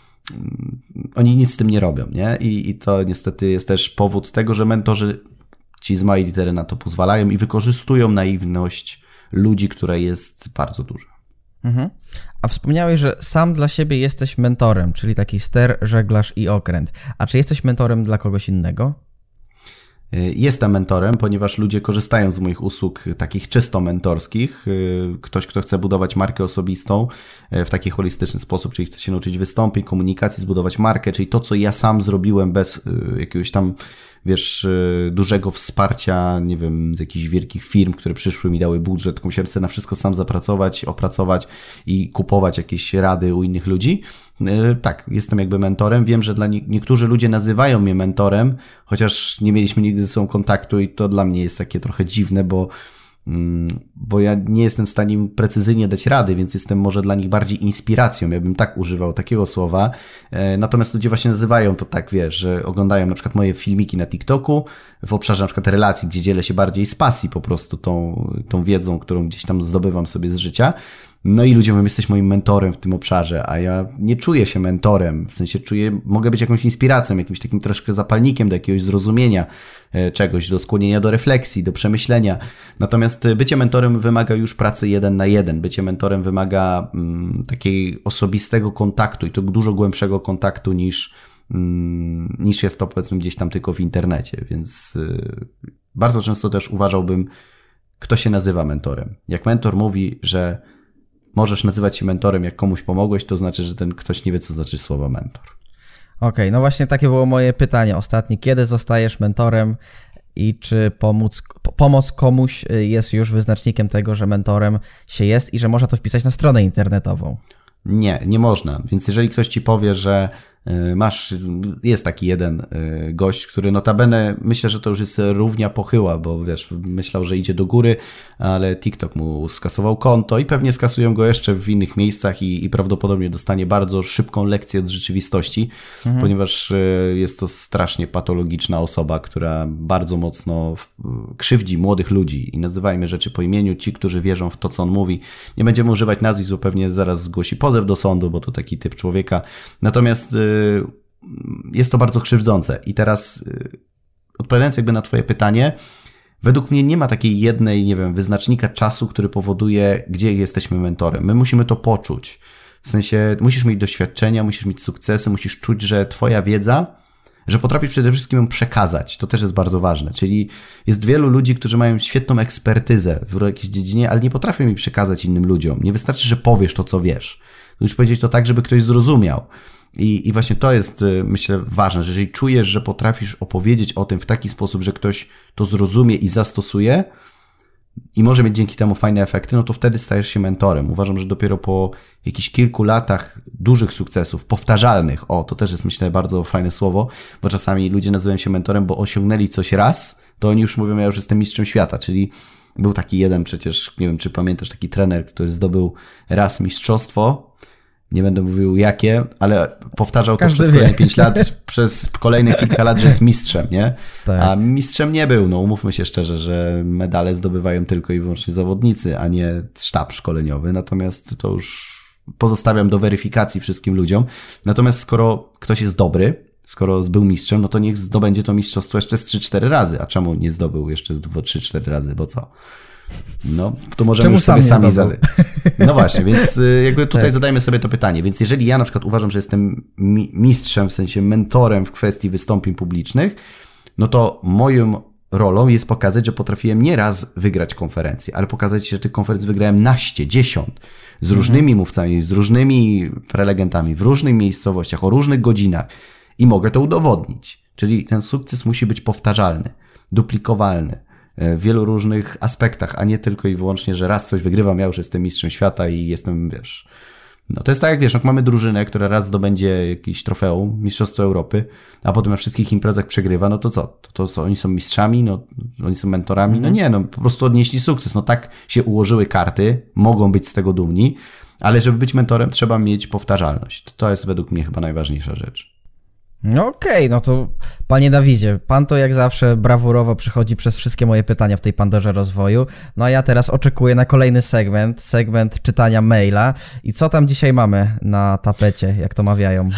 oni nic z tym nie robią, nie? I to niestety jest też powód tego, że mentorzy ci z małej litery na to pozwalają i wykorzystują naiwność ludzi, która jest bardzo duża. A wspomniałeś, że sam dla siebie jesteś mentorem, czyli taki ster, żeglarz i okręt. A czy jesteś mentorem dla kogoś innego? Jestem mentorem, ponieważ ludzie korzystają z moich usług takich czysto mentorskich. Ktoś, kto chce budować markę osobistą w taki holistyczny sposób, czyli chce się nauczyć wystąpień, komunikacji, zbudować markę, czyli to, co ja sam zrobiłem bez jakiegoś tam, wiesz, dużego wsparcia, nie wiem, z jakichś wielkich firm, które przyszły mi dały budżet, tylko musiałem sobie na wszystko sam zapracować, opracować i kupować jakieś rady u innych ludzi. Tak, jestem jakby mentorem. Wiem, że dla niektórzy ludzie nazywają mnie mentorem, chociaż nie mieliśmy nigdy ze sobą kontaktu i to dla mnie jest takie trochę dziwne, bo ja nie jestem w stanie im precyzyjnie dać rady, więc jestem może dla nich bardziej inspiracją, ja bym tak używał takiego słowa, natomiast ludzie właśnie nazywają to tak, wiesz, że oglądają na przykład moje filmiki na TikToku w obszarze na przykład relacji, gdzie dzielę się bardziej z pasji po prostu tą wiedzą, którą gdzieś tam zdobywam sobie z życia No i ludzie mówią, jesteś moim mentorem w tym obszarze, a ja nie czuję się mentorem, w sensie mogę być jakąś inspiracją, jakimś takim troszkę zapalnikiem do jakiegoś zrozumienia czegoś, do skłonienia do refleksji, do przemyślenia. Natomiast bycie mentorem wymaga już pracy 1 na 1. Bycie mentorem wymaga takiego osobistego kontaktu i to dużo głębszego kontaktu niż jest to, powiedzmy, gdzieś tam tylko w internecie, więc bardzo często też uważałbym, kto się nazywa mentorem. Jak mentor mówi, że możesz nazywać się mentorem, jak komuś pomogłeś, to znaczy, że ten ktoś nie wie, co znaczy słowo mentor. Okej, no właśnie takie było moje pytanie ostatnie. Kiedy zostajesz mentorem i czy pomoc komuś jest już wyznacznikiem tego, że mentorem się jest i że można to wpisać na stronę internetową? Nie można. Więc jeżeli ktoś ci powie, że jest taki jeden gość, który notabene, myślę, że to już jest równia pochyła, bo wiesz, myślał, że idzie do góry, ale TikTok mu skasował konto i pewnie skasują go jeszcze w innych miejscach i prawdopodobnie dostanie bardzo szybką lekcję od rzeczywistości, ponieważ jest to strasznie patologiczna osoba, która bardzo mocno krzywdzi młodych ludzi i nazywajmy rzeczy po imieniu. Ci, którzy wierzą w to, co on mówi, nie będziemy używać nazwisk, bo pewnie zaraz zgłosi pozew do sądu, bo to taki typ człowieka. Natomiast jest to bardzo krzywdzące. I teraz odpowiadając jakby na twoje pytanie, według mnie nie ma takiej jednej, nie wiem, wyznacznika czasu, który powoduje, gdzie jesteśmy mentorem. My musimy to poczuć. W sensie musisz mieć doświadczenia, musisz mieć sukcesy, musisz czuć, że twoja wiedza, że potrafisz przede wszystkim ją przekazać. To też jest bardzo ważne. Czyli jest wielu ludzi, którzy mają świetną ekspertyzę w jakiejś dziedzinie, ale nie potrafią jej przekazać innym ludziom. Nie wystarczy, że powiesz to, co wiesz. Musisz powiedzieć to tak, żeby ktoś zrozumiał. I właśnie to jest, myślę, ważne, że jeżeli czujesz, że potrafisz opowiedzieć o tym w taki sposób, że ktoś to zrozumie i zastosuje i może mieć dzięki temu fajne efekty, no to wtedy stajesz się mentorem. Uważam, że dopiero po jakichś kilku latach dużych sukcesów, powtarzalnych, to też jest, myślę, bardzo fajne słowo, bo czasami ludzie nazywają się mentorem, bo osiągnęli coś raz, to oni już mówią, ja już jestem mistrzem świata, czyli był taki jeden przecież, nie wiem, czy pamiętasz, taki trener, który zdobył raz mistrzostwo. Nie będę mówił jakie, ale powtarzał to przez kolejne 5 lat, przez kolejne kilka lat, że jest mistrzem, nie? Tak. A mistrzem nie był, no umówmy się szczerze, że medale zdobywają tylko i wyłącznie zawodnicy, a nie sztab szkoleniowy, natomiast to już pozostawiam do weryfikacji wszystkim ludziom. Natomiast skoro ktoś jest dobry, skoro był mistrzem, no to niech zdobędzie to mistrzostwo jeszcze z 3-4 razy, a czemu nie zdobył jeszcze z 3-4 razy, bo co? No, to możemy już sobie sami zadać. No właśnie, więc jakby tutaj zadajmy sobie to pytanie. Więc jeżeli ja na przykład uważam, że jestem mistrzem, w sensie mentorem w kwestii wystąpień publicznych, no to moją rolą jest pokazać, że potrafiłem nie raz wygrać konferencję, ale pokazać, że tych konferencji wygrałem naście, 10 z różnymi mówcami, z różnymi prelegentami, w różnych miejscowościach, o różnych godzinach i mogę to udowodnić. Czyli ten sukces musi być powtarzalny, duplikowalny w wielu różnych aspektach, a nie tylko i wyłącznie, że raz coś wygrywam, ja już jestem mistrzem świata i jestem, wiesz... No to jest tak, jak wiesz, jak mamy drużynę, która raz zdobędzie jakiś trofeum, Mistrzostwo Europy, a potem na wszystkich imprezach przegrywa, no to co? To co, oni są mistrzami? No oni są mentorami? No nie, no po prostu odnieśli sukces. No tak się ułożyły karty, mogą być z tego dumni, ale żeby być mentorem, trzeba mieć powtarzalność. To jest według mnie chyba najważniejsza rzecz. No okej, no to panie Dawidzie, pan to jak zawsze brawurowo przychodzi przez wszystkie moje pytania w tej Pandorze Rozwoju, no a ja teraz oczekuję na kolejny segment czytania maila i co tam dzisiaj mamy na tapecie, jak to mawiają?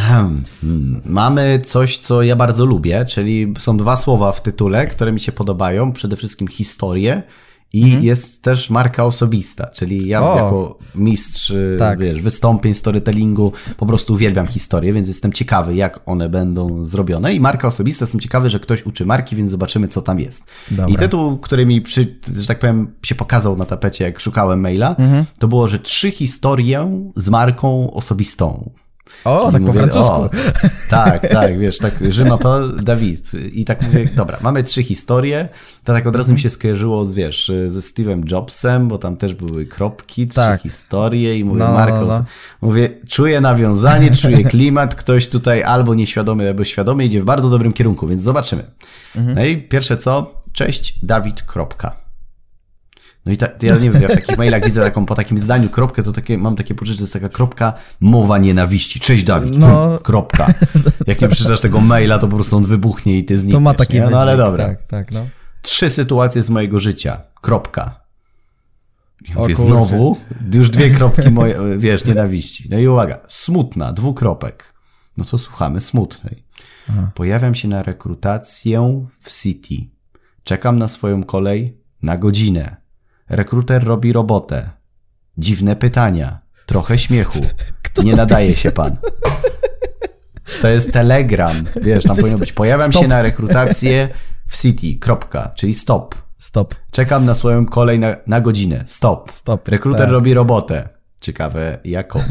Mamy coś, co ja bardzo lubię, czyli są 2 słowa w tytule, które mi się podobają, przede wszystkim historię i jest też marka osobista, czyli ja jako mistrz wiesz, wystąpień, storytellingu po prostu uwielbiam historię, więc jestem ciekawy, jak one będą zrobione i marka osobista, jestem ciekawy, że ktoś uczy marki, więc zobaczymy, co tam jest. Dobra. I tytuł, który mi, że tak powiem, się pokazał na tapecie, jak szukałem maila, to było, że 3 historie z marką osobistą. O, tak mówię, po francusku. Tak, wiesz, tak, je m'appelle David. I tak mówię, dobra, mamy 3 historie, to tak od razu mi się skojarzyło z, wiesz, ze Steve'em Jobsem, bo tam też były kropki, 3 historie i mówię, Marcos, mówię, czuję nawiązanie, czuję klimat, ktoś tutaj albo nieświadomy, albo świadomy idzie w bardzo dobrym kierunku, więc zobaczymy. No i pierwsze co, cześć, Dawid, kropka. No i ja nie wiem, ja w takich mailach widzę po takim zdaniu kropkę, to mam takie poczucie, że to jest taka kropka mowa nienawiści. Cześć Dawid, kropka. Jak nie przeczytasz tego maila, to po prostu on wybuchnie i ty znikniesz. To ma taki no ale dobra. Tak, no. 3 sytuacje z mojego życia, kropka. Ja mówię, znowu? Już 2 kropki moje, wiesz, nienawiści. No i uwaga, smutna, 2 kropek. No to słuchamy smutnej. Aha. Pojawiam się na rekrutację w City. Czekam na swoją kolej na godzinę. Rekruter robi robotę. Dziwne pytania. Trochę śmiechu. Nie nadaje się pan. To jest Telegram. Wiesz, tam powinno być. Pojawiam się na rekrutację w City. Kropka. Czyli stop. Stop. Czekam na swoją kolej na godzinę. Stop. Stop. Rekruter robi robotę. Ciekawe jaką.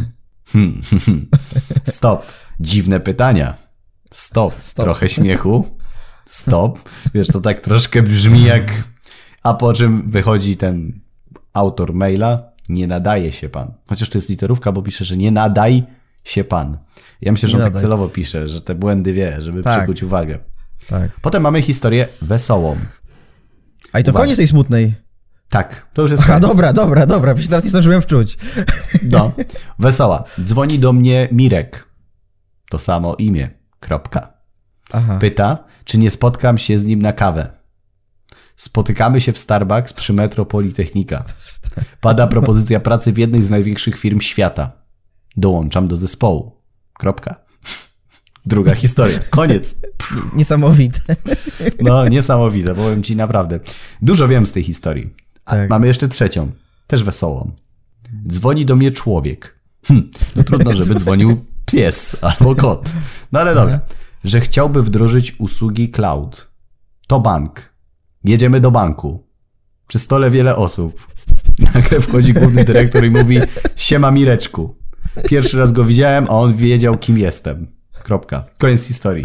Stop. Dziwne pytania. Stop. Trochę śmiechu. Stop. Wiesz, to tak troszkę brzmi jak... A po czym wychodzi ten autor maila. Nie nadaje się pan. Chociaż to jest literówka, bo pisze, że nie nadaj się pan. Ja myślę, że on tak celowo pisze, że te błędy wie, żeby przykuć uwagę. Tak. Potem mamy historię wesołą. A i to koniec tej smutnej. Tak, to już jest koniec. Dobra, bo się nawet nie zdążyłem wczuć. No, wesoła. Dzwoni do mnie Mirek. To samo imię. Kropka. Aha. Pyta, czy nie spotkam się z nim na kawę. Spotykamy się w Starbucks przy Metro Politechnika. Pada propozycja pracy w jednej z największych firm świata. Dołączam do zespołu. Kropka. Druga historia. Koniec. Niesamowite. No, niesamowite, powiem ci naprawdę. Dużo wiem z tej historii. Tak. Mamy jeszcze trzecią. Też wesołą. Dzwoni do mnie człowiek. No trudno, żeby dzwonił pies albo kot. No ale dobra. Że chciałby wdrożyć usługi cloud. To bank. Jedziemy do banku. Przy stole wiele osób. Nagle wchodzi główny dyrektor i mówi: siema Mireczku. Pierwszy raz go widziałem, a on wiedział, kim jestem. Kropka. Koniec historii.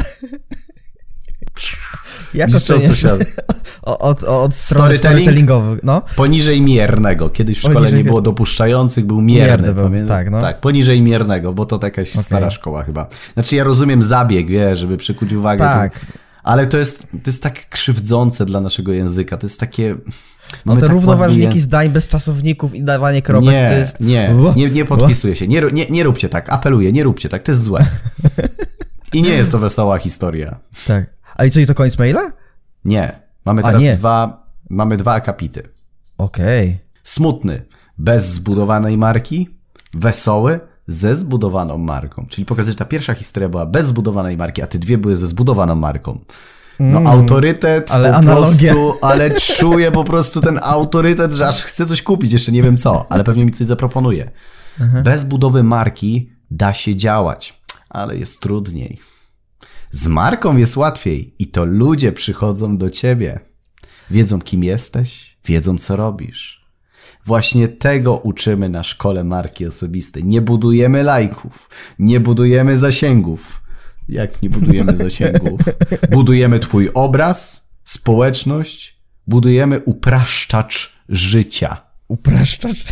Jak od strony storytellingowych. No. Poniżej miernego. Kiedyś w szkole nie było dopuszczających, był mierny. Tak, no. Tak, poniżej miernego, bo to jakaś stara szkoła chyba. Znaczy ja rozumiem zabieg, wiesz, żeby przykuć uwagę. Tak. Ale to jest tak krzywdzące dla naszego języka. To jest takie... No te tak równoważniki zdań bez czasowników i dawanie kropek to jest... Nie podpisuję się. Nie róbcie tak. Apeluję, nie róbcie tak. To jest złe. I nie jest to wesoła historia. Tak. Ale co, i to koniec maila? Nie. Mamy teraz dwa akapity. Okej. Smutny. Bez zbudowanej marki. Wesoły. Ze zbudowaną marką. Czyli pokazuje, że ta pierwsza historia była bez zbudowanej marki, a te dwie były ze zbudowaną marką. No autorytet ale po analogia. Prostu, ale czuję po prostu ten autorytet, że aż chcę coś kupić, jeszcze nie wiem co, ale pewnie mi coś zaproponuje. Bez budowy marki da się działać, ale jest trudniej. Z marką jest łatwiej i to ludzie przychodzą do ciebie. Wiedzą, kim jesteś, wiedzą, co robisz. Właśnie tego uczymy na szkole marki osobistej. Nie budujemy lajków, nie budujemy zasięgów. Jak nie budujemy zasięgów? Budujemy twój obraz, społeczność, budujemy upraszczacz życia. Upraszczacz?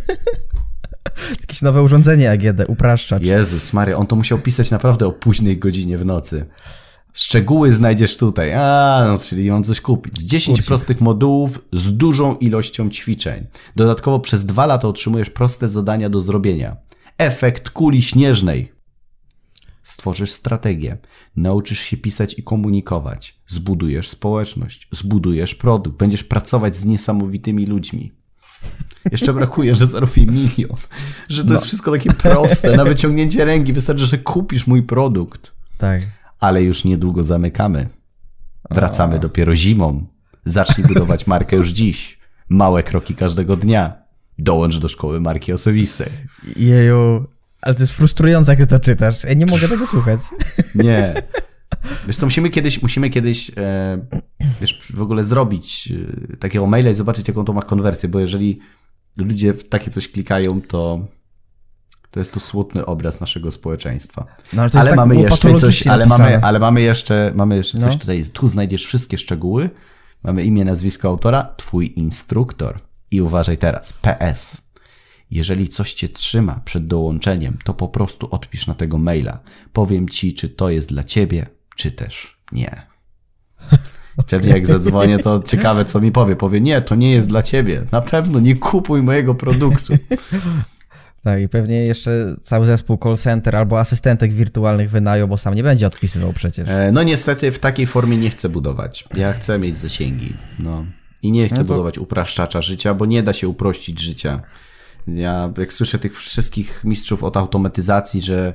Jakieś nowe urządzenie AGD, upraszczacz. Jezus Maria, on to musiał pisać naprawdę o późnej godzinie w nocy. Szczegóły znajdziesz tutaj. Czyli mam coś kupić. 10 prostych modułów z dużą ilością ćwiczeń. Dodatkowo przez 2 lata otrzymujesz proste zadania do zrobienia. Efekt kuli śnieżnej. Stworzysz strategię, nauczysz się pisać i komunikować, zbudujesz społeczność, zbudujesz produkt, będziesz pracować z niesamowitymi ludźmi. Jeszcze brakuje, że zarobię 1 milion, że to jest wszystko takie proste, na wyciągnięcie ręki, wystarczy, że kupisz mój produkt. Tak. Ale już niedługo zamykamy. Wracamy dopiero zimą. Zacznij budować markę już dziś. Małe kroki każdego dnia. Dołącz do szkoły marki osobistej. Jeju. Ale to jest frustrujące, jak ty to czytasz. Ja nie mogę tego słuchać. Nie. Wiesz co, musimy kiedyś wiesz, w ogóle zrobić takiego maila i zobaczyć, jaką to ma konwersję, bo jeżeli ludzie w takie coś klikają, to jest to smutny obraz naszego społeczeństwa. No, ale to jest mamy jeszcze coś, mamy jeszcze coś no. Tutaj. Tu znajdziesz wszystkie szczegóły. Mamy imię, nazwisko autora, twój instruktor. I uważaj teraz, PS. Jeżeli coś cię trzyma przed dołączeniem, to po prostu odpisz na tego maila. Powiem ci, czy to jest dla ciebie, czy też nie. Pewnie jak zadzwonię, to ciekawe, co mi powie. Powie, nie, to nie jest dla ciebie. Na pewno nie kupuj mojego produktu. Tak, i pewnie jeszcze cały zespół call center albo asystentek wirtualnych wynajął, bo sam nie będzie odpisywał przecież. No niestety w takiej formie nie chcę budować. Ja chcę mieć zasięgi. No. I nie chcę budować upraszczacza życia, bo nie da się uprościć życia. Ja jak słyszę tych wszystkich mistrzów od automatyzacji, że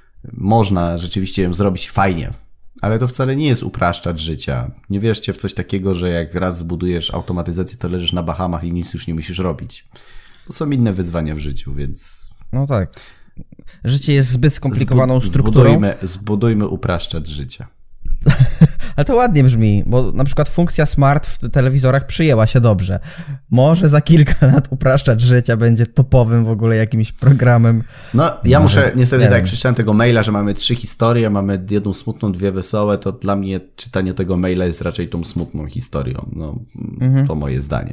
można rzeczywiście ją zrobić fajnie, ale to wcale nie jest upraszczacz życia. Nie wierzcie w coś takiego, że jak raz zbudujesz automatyzację, to leżysz na Bahamach i nic już nie musisz robić. To są inne wyzwania w życiu, więc... No tak. Życie jest zbyt skomplikowaną strukturą. Zbudujmy upraszczacz życia. Ale to ładnie brzmi, bo na przykład funkcja smart w telewizorach przyjęła się dobrze. Może za kilka lat upraszczacz życia będzie topowym w ogóle jakimś programem. No, ja muszę, niestety tak, przeczytałem tego maila, że mamy 3 historie, mamy jedną smutną, 2 wesołe, to dla mnie czytanie tego maila jest raczej tą smutną historią. No, to moje zdanie.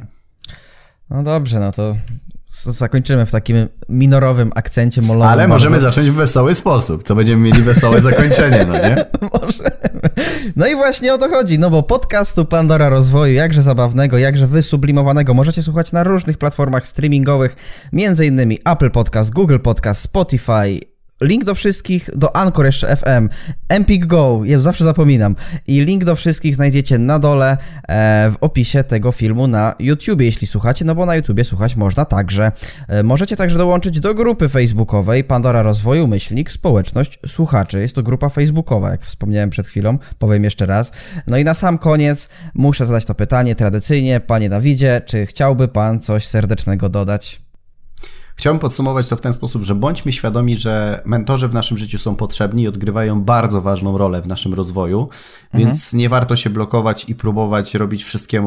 No dobrze, no to zakończymy w takim minorowym akcencie molowym. Ale możemy zacząć w wesoły sposób, to będziemy mieli wesołe zakończenie, no nie? Możemy. No i właśnie o to chodzi, no bo podcastu Pandora Rozwoju, jakże zabawnego, jakże wysublimowanego, możecie słuchać na różnych platformach streamingowych, między innymi Apple Podcast, Google Podcast, Spotify. Link do wszystkich, do Anchor jeszcze FM, Empik Go, ja zawsze zapominam. I link do wszystkich znajdziecie na dole w opisie tego filmu na YouTubie, jeśli słuchacie, no bo na YouTubie słuchać można także. Możecie także dołączyć do grupy facebookowej Pandora Rozwoju, Społeczność Słuchaczy. Jest to grupa facebookowa, jak wspomniałem przed chwilą, powiem jeszcze raz. No i na sam koniec muszę zadać to pytanie tradycyjnie. Panie Dawidzie, czy chciałby pan coś serdecznego dodać? Chciałbym podsumować to w ten sposób, że bądźmy świadomi, że mentorzy w naszym życiu są potrzebni i odgrywają bardzo ważną rolę w naszym rozwoju, więc nie warto się blokować i próbować robić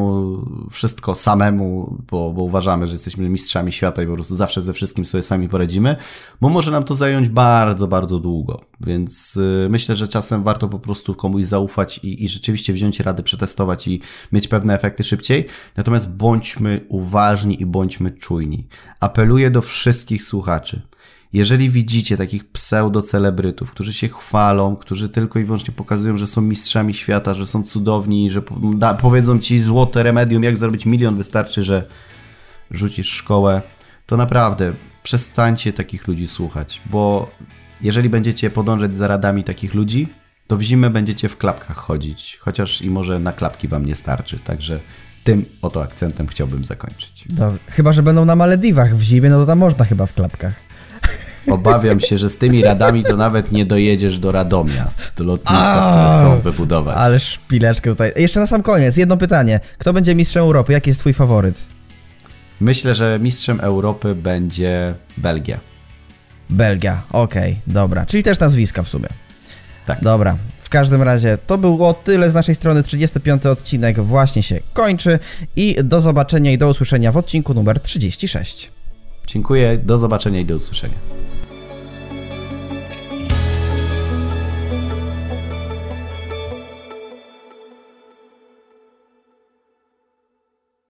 wszystko samemu, bo uważamy, że jesteśmy mistrzami świata i po prostu zawsze ze wszystkim sobie sami poradzimy, bo może nam to zająć bardzo, bardzo długo. Więc myślę, że czasem warto po prostu komuś zaufać i rzeczywiście wziąć radę, przetestować i mieć pewne efekty szybciej. Natomiast bądźmy uważni i bądźmy czujni. Apeluję do wszystkich słuchaczy. Jeżeli widzicie takich pseudocelebrytów, którzy się chwalą, którzy tylko i wyłącznie pokazują, że są mistrzami świata, że są cudowni, że powiedzą ci złote remedium, jak zrobić milion, wystarczy, że rzucisz szkołę, to naprawdę przestańcie takich ludzi słuchać, bo jeżeli będziecie podążać za radami takich ludzi, to w zimę będziecie w klapkach chodzić, chociaż i może na klapki wam nie starczy, także tym oto akcentem chciałbym zakończyć. Dobrze. Chyba że będą na Malediwach w zimie, no to tam można chyba w klapkach. Obawiam się, że z tymi radami to nawet nie dojedziesz do Radomia, do lotniska, które chcą wybudować. Ale szpileczkę tutaj. Jeszcze na sam koniec, jedno pytanie. Kto będzie mistrzem Europy? Jaki jest twój faworyt? Myślę, że mistrzem Europy będzie Belgia. Belgia, okej, dobra. Czyli też nazwiska w sumie. Tak. Dobra. W każdym razie to było tyle z naszej strony. 35. odcinek właśnie się kończy i do zobaczenia i do usłyszenia w odcinku numer 36. Dziękuję, do zobaczenia i do usłyszenia.